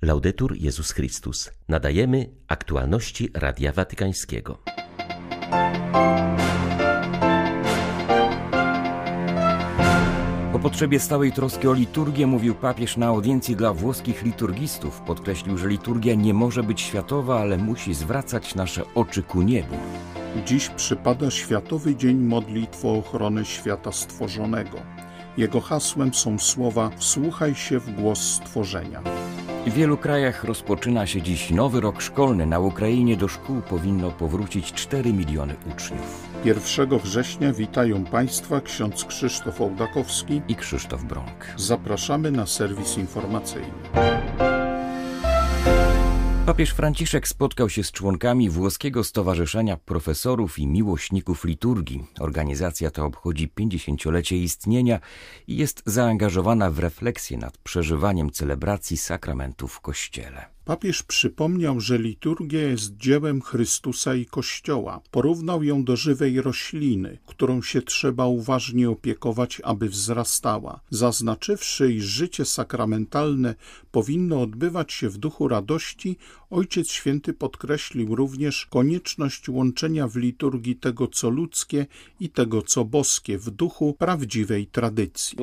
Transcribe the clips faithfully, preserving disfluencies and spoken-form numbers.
Laudetur Jezus Chrystus. Nadajemy aktualności Radia Watykańskiego. O potrzebie stałej troski o liturgię mówił papież na audiencji dla włoskich liturgistów. Podkreślił, że liturgia nie może być światowa, ale musi zwracać nasze oczy ku niebu. Dziś przypada Światowy Dzień Modlitwy o ochronę świata stworzonego. Jego hasłem są słowa „Wsłuchaj się w głos stworzenia”. W wielu krajach rozpoczyna się dziś nowy rok szkolny. Na Ukrainie do szkół powinno powrócić cztery miliony uczniów. pierwszego września witają Państwa ksiądz Krzysztof Ołdakowski i Krzysztof Brąk. Zapraszamy na serwis informacyjny. Papież Franciszek spotkał się z członkami Włoskiego Stowarzyszenia Profesorów i Miłośników Liturgii. Organizacja ta obchodzi pięćdziesięciolecie istnienia i jest zaangażowana w refleksję nad przeżywaniem celebracji sakramentów w Kościele. Papież przypomniał, że liturgia jest dziełem Chrystusa i Kościoła. Porównał ją do żywej rośliny, którą się trzeba uważnie opiekować, aby wzrastała. Zaznaczywszy, iż życie sakramentalne powinno odbywać się w duchu radości, Ojciec Święty podkreślił również konieczność łączenia w liturgii tego, co ludzkie i tego, co boskie, w duchu prawdziwej tradycji.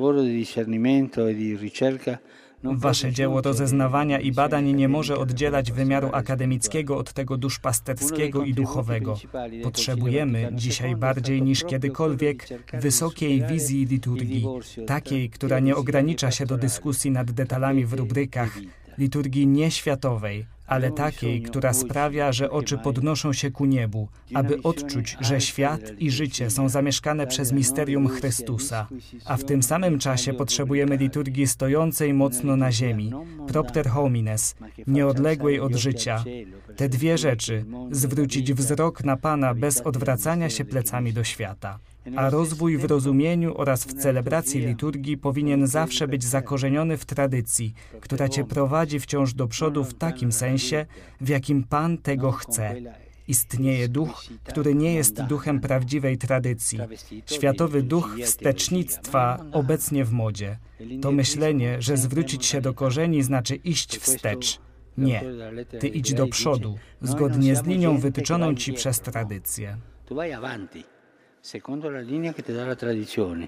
Wasze dzieło rozeznawania i badań nie może oddzielać wymiaru akademickiego od tego duszpasterskiego i duchowego. Potrzebujemy dzisiaj bardziej niż kiedykolwiek wysokiej wizji liturgii, takiej, która nie ogranicza się do dyskusji nad detalami w rubrykach, liturgii nieświatowej, ale takiej, która sprawia, że oczy podnoszą się ku niebu, aby odczuć, że świat i życie są zamieszkane przez misterium Chrystusa. A w tym samym czasie potrzebujemy liturgii stojącej mocno na ziemi, propter homines, nieodległej od życia. Te dwie rzeczy, zwrócić wzrok na Pana bez odwracania się plecami do świata. A rozwój w rozumieniu oraz w celebracji liturgii powinien zawsze być zakorzeniony w tradycji, która Cię prowadzi wciąż do przodu w takim sensie, w jakim Pan tego chce. Istnieje duch, który nie jest duchem prawdziwej tradycji. Światowy duch wstecznictwa obecnie w modzie. To myślenie, że zwrócić się do korzeni znaczy iść wstecz. Nie. Ty idź do przodu, zgodnie z linią wytyczoną Ci przez tradycję. Secondo la linea che ti dà la tradizione.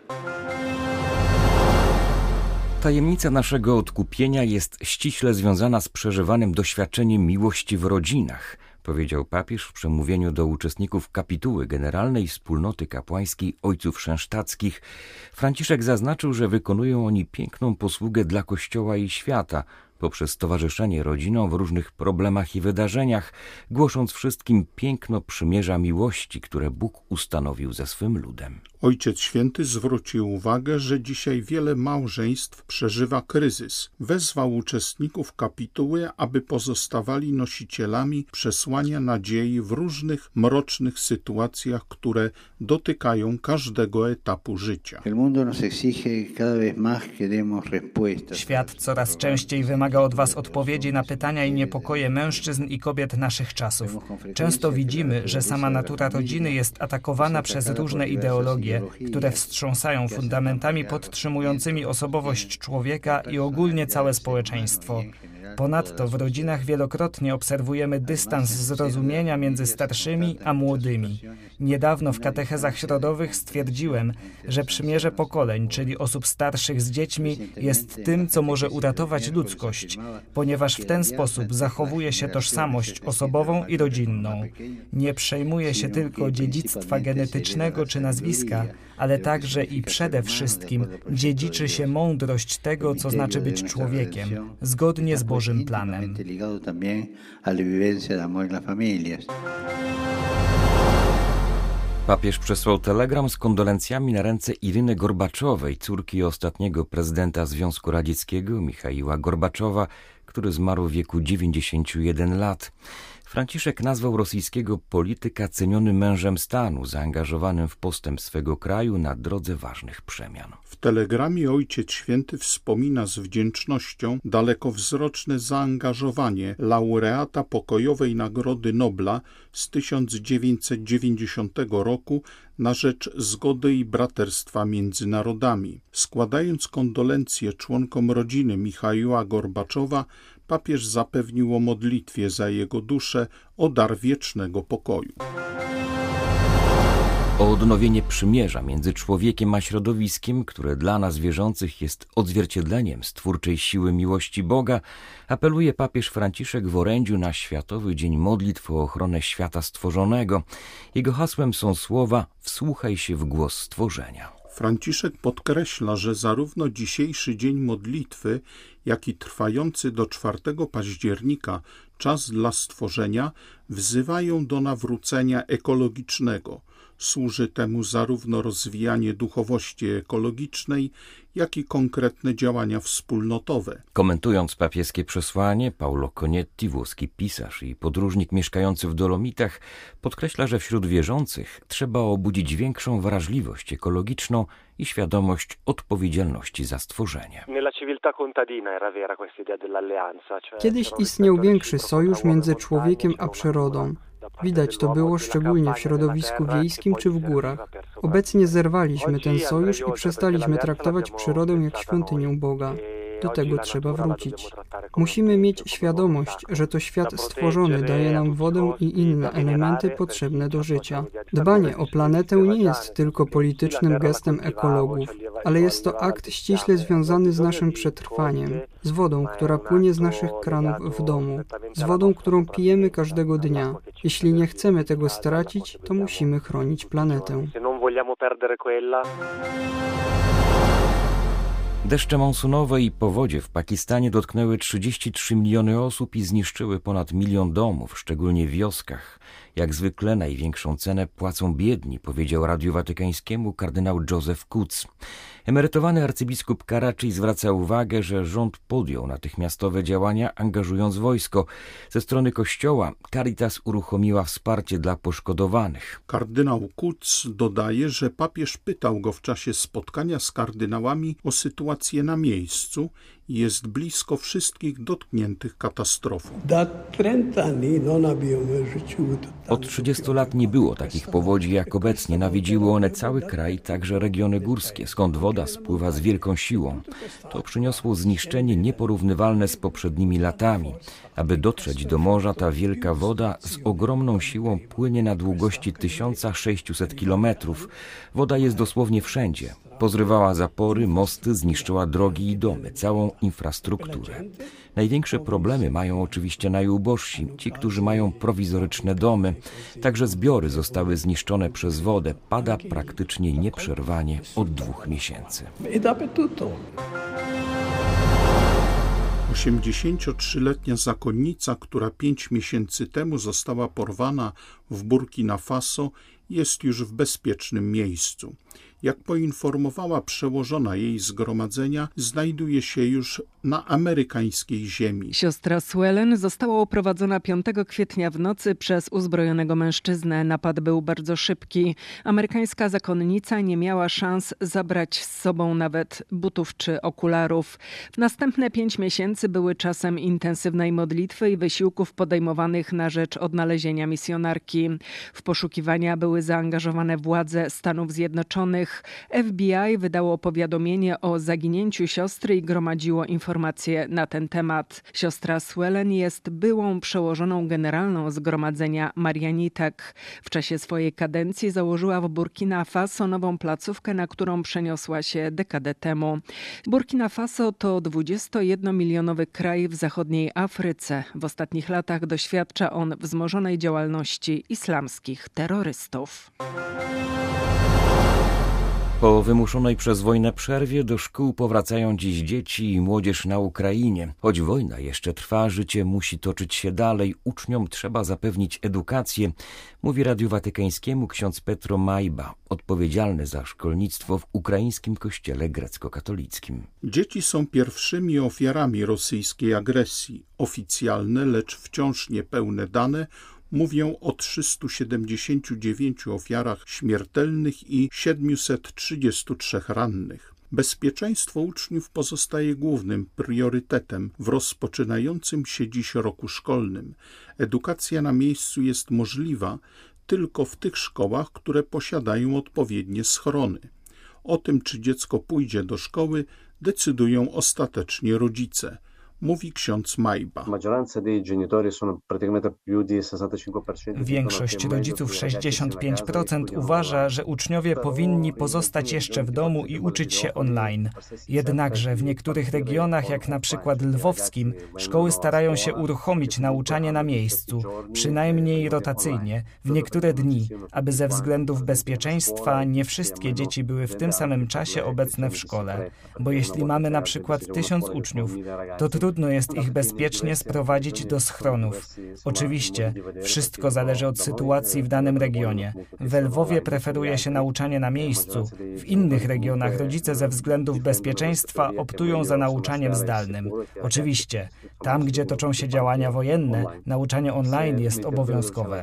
Tajemnica naszego odkupienia jest ściśle związana z przeżywanym doświadczeniem miłości w rodzinach, powiedział papież w przemówieniu do uczestników kapituły Generalnej Wspólnoty Kapłańskiej Ojców Chrzęsztackich. Franciszek zaznaczył, że wykonują oni piękną posługę dla Kościoła i świata, poprzez towarzyszenie rodzinom w różnych problemach i wydarzeniach, głosząc wszystkim piękno przymierza miłości, które Bóg ustanowił ze swym ludem. Ojciec Święty zwrócił uwagę, że dzisiaj wiele małżeństw przeżywa kryzys. Wezwał uczestników kapituły, aby pozostawali nosicielami przesłania nadziei w różnych mrocznych sytuacjach, które dotykają każdego etapu życia. Świat coraz częściej wymaga od Was odpowiedzi na pytania i niepokoje mężczyzn i kobiet naszych czasów. Często widzimy, że sama natura rodziny jest atakowana przez różne ideologie, które wstrząsają fundamentami podtrzymującymi osobowość człowieka i ogólnie całe społeczeństwo. Ponadto w rodzinach wielokrotnie obserwujemy dystans zrozumienia między starszymi a młodymi. Niedawno w katechezach środowych stwierdziłem, że przymierze pokoleń, czyli osób starszych z dziećmi, jest tym, co może uratować ludzkość, ponieważ w ten sposób zachowuje się tożsamość osobową i rodzinną. Nie przejmuje się tylko dziedzictwa genetycznego czy nazwiska, ale także i przede wszystkim dziedziczy się mądrość tego, co znaczy być człowiekiem, zgodnie z Bożym planem. Papież przesłał telegram z kondolencjami na ręce Iryny Gorbaczowej, córki ostatniego prezydenta Związku Radzieckiego, Michaiła Gorbaczowa, który zmarł w wieku dziewięćdziesięciu jeden lat. Franciszek nazwał rosyjskiego polityka cenionym mężem stanu, zaangażowanym w postęp swego kraju na drodze ważnych przemian. W telegramie Ojciec Święty wspomina z wdzięcznością dalekowzroczne zaangażowanie laureata Pokojowej Nagrody Nobla z tysiąc dziewięćset dziewięćdziesiątego roku na rzecz zgody i braterstwa między narodami. Składając kondolencje członkom rodziny Michaiła Gorbaczowa, papież zapewnił o modlitwie za jego duszę o dar wiecznego pokoju. O odnowienie przymierza między człowiekiem a środowiskiem, które dla nas wierzących jest odzwierciedleniem stwórczej siły miłości Boga, apeluje papież Franciszek w orędziu na Światowy Dzień Modlitw o ochronę świata stworzonego. Jego hasłem są słowa: wsłuchaj się w głos stworzenia. Franciszek podkreśla, że zarówno dzisiejszy dzień modlitwy, jak i trwający do czwartego października czas dla stworzenia wzywają do nawrócenia ekologicznego. Służy temu zarówno rozwijanie duchowości ekologicznej, jak i konkretne działania wspólnotowe. Komentując papieskie przesłanie, Paolo Conietti, włoski pisarz i podróżnik mieszkający w Dolomitach, podkreśla, że wśród wierzących trzeba obudzić większą wrażliwość ekologiczną i świadomość odpowiedzialności za stworzenie. Kiedyś istniał większy sojusz między człowiekiem a przyrodą. Widać to było szczególnie w środowisku wiejskim czy w górach. Obecnie zerwaliśmy ten sojusz i przestaliśmy traktować przyrodę jak świątynię Boga. Do tego trzeba wrócić. Musimy mieć świadomość, że to świat stworzony daje nam wodę i inne elementy potrzebne do życia. Dbanie o planetę nie jest tylko politycznym gestem ekologów, ale jest to akt ściśle związany z naszym przetrwaniem, z wodą, która płynie z naszych kranów w domu, z wodą, którą pijemy każdego dnia. Jeśli nie chcemy tego stracić, to musimy chronić planetę. Deszcze monsunowe i powodzie w Pakistanie dotknęły trzydzieści trzy miliony osób i zniszczyły ponad milion domów, szczególnie w wioskach. Jak zwykle największą cenę płacą biedni, powiedział Radiu Watykańskiemu kardynał Joseph Kutz. Emerytowany arcybiskup Karachi zwraca uwagę, że rząd podjął natychmiastowe działania, angażując wojsko. Ze strony Kościoła Caritas uruchomiła wsparcie dla poszkodowanych. Kardynał Kutz dodaje, że papież pytał go w czasie spotkania z kardynałami o sytuację na miejscu i jest blisko wszystkich dotkniętych katastrofą. Od trzydziestu lat nie było takich powodzi jak obecnie. Nawiedziły one cały kraj, także regiony górskie, skąd woda spływa z wielką siłą. To przyniosło zniszczenie nieporównywalne z poprzednimi latami. Aby dotrzeć do morza, ta wielka woda z ogromną siłą płynie na długości tysiąc sześćset kilometrów. Woda jest dosłownie wszędzie. Pozrywała zapory, mosty, zniszczyła drogi i domy, całą infrastrukturę. Największe problemy mają oczywiście najubożsi, ci, którzy mają prowizoryczne domy. Także zbiory zostały zniszczone przez wodę. Pada praktycznie nieprzerwanie od dwóch miesięcy. osiemdziesięciotrzyletnia zakonnica, która pięć miesięcy temu została porwana w Burkina Faso, jest już w bezpiecznym miejscu. Jak poinformowała przełożona jej zgromadzenia, znajduje się już na amerykańskiej ziemi. Siostra Suelen została uprowadzona piątego kwietnia w nocy przez uzbrojonego mężczyznę. Napad był bardzo szybki. Amerykańska zakonnica nie miała szans zabrać z sobą nawet butów czy okularów. W następne pięć miesięcy były czasem intensywnej modlitwy i wysiłków podejmowanych na rzecz odnalezienia misjonarki. W poszukiwania były zaangażowane władze Stanów Zjednoczonych. F B I wydało powiadomienie o zaginięciu siostry i gromadziło informacje na ten temat. Siostra Suelen jest byłą przełożoną generalną Zgromadzenia Marianitek. W czasie swojej kadencji założyła w Burkina Faso nową placówkę, na którą przeniosła się dekadę temu. Burkina Faso to dwudziestojednomilionowy kraj w zachodniej Afryce. W ostatnich latach doświadcza on wzmożonej działalności islamskich terrorystów. Po wymuszonej przez wojnę przerwie do szkół powracają dziś dzieci i młodzież na Ukrainie. Choć wojna jeszcze trwa, życie musi toczyć się dalej. Uczniom trzeba zapewnić edukację, mówi Radiu Watykańskiemu ksiądz Petro Majba, odpowiedzialny za szkolnictwo w ukraińskim kościele grecko-katolickim. Dzieci są pierwszymi ofiarami rosyjskiej agresji. Oficjalne, lecz wciąż niepełne dane mówią o trzystu siedemdziesięciu dziewięciu ofiarach śmiertelnych i siedmiuset trzydziestu trzech rannych. Bezpieczeństwo uczniów pozostaje głównym priorytetem w rozpoczynającym się dziś roku szkolnym. Edukacja na miejscu jest możliwa tylko w tych szkołach, które posiadają odpowiednie schrony. O tym, czy dziecko pójdzie do szkoły, decydują ostatecznie rodzice. mówi ksiądz Majba. Większość rodziców, sześćdziesiąt pięć procent, uważa, że uczniowie powinni pozostać jeszcze w domu i uczyć się online. Jednakże w niektórych regionach, jak na przykład lwowskim, szkoły starają się uruchomić nauczanie na miejscu, przynajmniej rotacyjnie, w niektóre dni, aby ze względów bezpieczeństwa nie wszystkie dzieci były w tym samym czasie obecne w szkole. Bo jeśli mamy na przykład tysiąc uczniów, to trudno jest ich bezpiecznie sprowadzić do schronów. Oczywiście, wszystko zależy od sytuacji w danym regionie. W Lwowie preferuje się nauczanie na miejscu, w innych regionach rodzice ze względów bezpieczeństwa optują za nauczaniem zdalnym. Oczywiście, tam gdzie toczą się działania wojenne, nauczanie online jest obowiązkowe.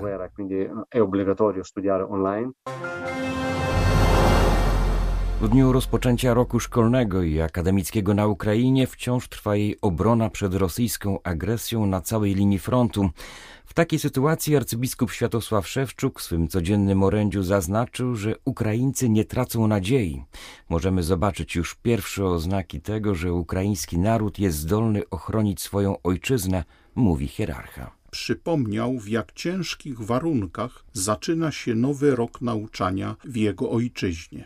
W dniu rozpoczęcia roku szkolnego i akademickiego na Ukrainie wciąż trwa jej obrona przed rosyjską agresją na całej linii frontu. W takiej sytuacji arcybiskup Światosław Szewczuk w swym codziennym orędziu zaznaczył, że Ukraińcy nie tracą nadziei. Możemy zobaczyć już pierwsze oznaki tego, że ukraiński naród jest zdolny ochronić swoją ojczyznę, mówi hierarcha. Przypomniał, w jak ciężkich warunkach zaczyna się nowy rok nauczania w jego ojczyźnie.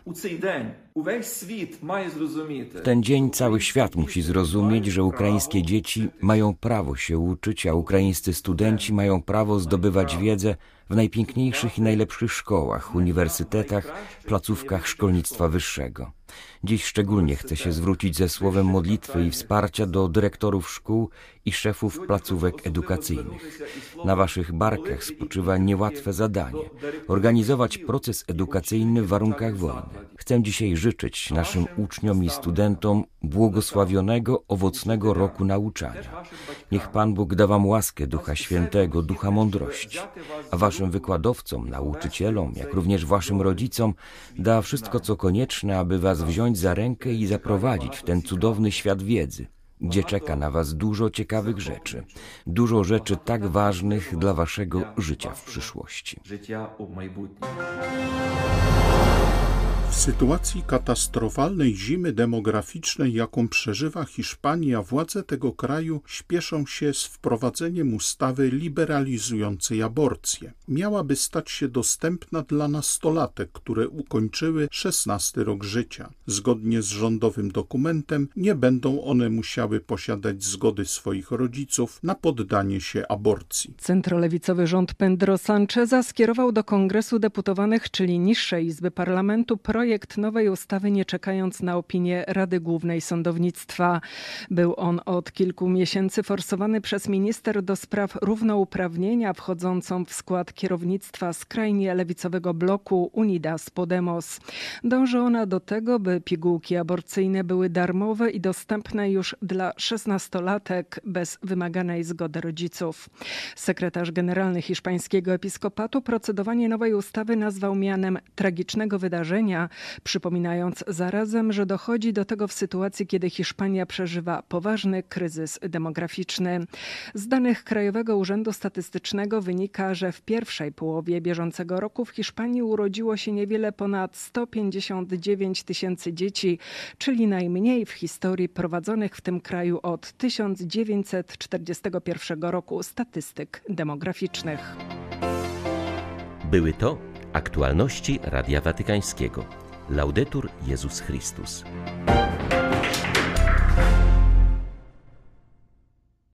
W ten dzień cały świat musi zrozumieć, że ukraińskie dzieci mają prawo się uczyć, a ukraińscy studenci mają prawo zdobywać wiedzę w najpiękniejszych i najlepszych szkołach, uniwersytetach, placówkach szkolnictwa wyższego. Dziś szczególnie chcę się zwrócić ze słowem modlitwy i wsparcia do dyrektorów szkół i szefów placówek edukacyjnych. Na waszych barkach spoczywa niełatwe zadanie – organizować proces edukacyjny w warunkach wojny. Chcę dzisiaj życzyć naszym uczniom i studentom błogosławionego, owocnego roku nauczania. Niech Pan Bóg da wam łaskę Ducha Świętego, Ducha mądrości, a waszym wykładowcom, nauczycielom, jak również waszym rodzicom da wszystko, co konieczne, aby was wziąć za rękę i zaprowadzić w ten cudowny świat wiedzy, gdzie czeka na was dużo ciekawych rzeczy, dużo rzeczy tak ważnych dla waszego życia w przyszłości. W sytuacji katastrofalnej zimy demograficznej, jaką przeżywa Hiszpania, władze tego kraju śpieszą się z wprowadzeniem ustawy liberalizującej aborcję. Miałaby stać się dostępna dla nastolatek, które ukończyły szesnasty rok życia. Zgodnie z rządowym dokumentem nie będą one musiały posiadać zgody swoich rodziców na poddanie się aborcji. Centrolewicowy rząd Pedro Sancheza skierował do Kongresu Deputowanych, czyli niższej Izby Parlamentu, projekt nowej ustawy, nie czekając na opinię Rady Głównej Sądownictwa. Był on od kilku miesięcy forsowany przez minister do spraw równouprawnienia wchodzącą w skład kierownictwa skrajnie lewicowego bloku Unidas Podemos. Dąży ona do tego, by pigułki aborcyjne były darmowe i dostępne już dla szesnastolatek bez wymaganej zgody rodziców. Sekretarz generalny hiszpańskiego episkopatu procedowanie nowej ustawy nazwał mianem tragicznego wydarzenia, przypominając zarazem, że dochodzi do tego w sytuacji, kiedy Hiszpania przeżywa poważny kryzys demograficzny. Z danych Krajowego Urzędu Statystycznego wynika, że w pierwszej połowie bieżącego roku w Hiszpanii urodziło się niewiele ponad sto pięćdziesiąt dziewięć tysięcy dzieci, czyli najmniej w historii prowadzonych w tym kraju od tysiąc dziewięćset czterdziestego pierwszego roku statystyk demograficznych. Były to aktualności Radia Watykańskiego. Laudetur Jezus Chrystus.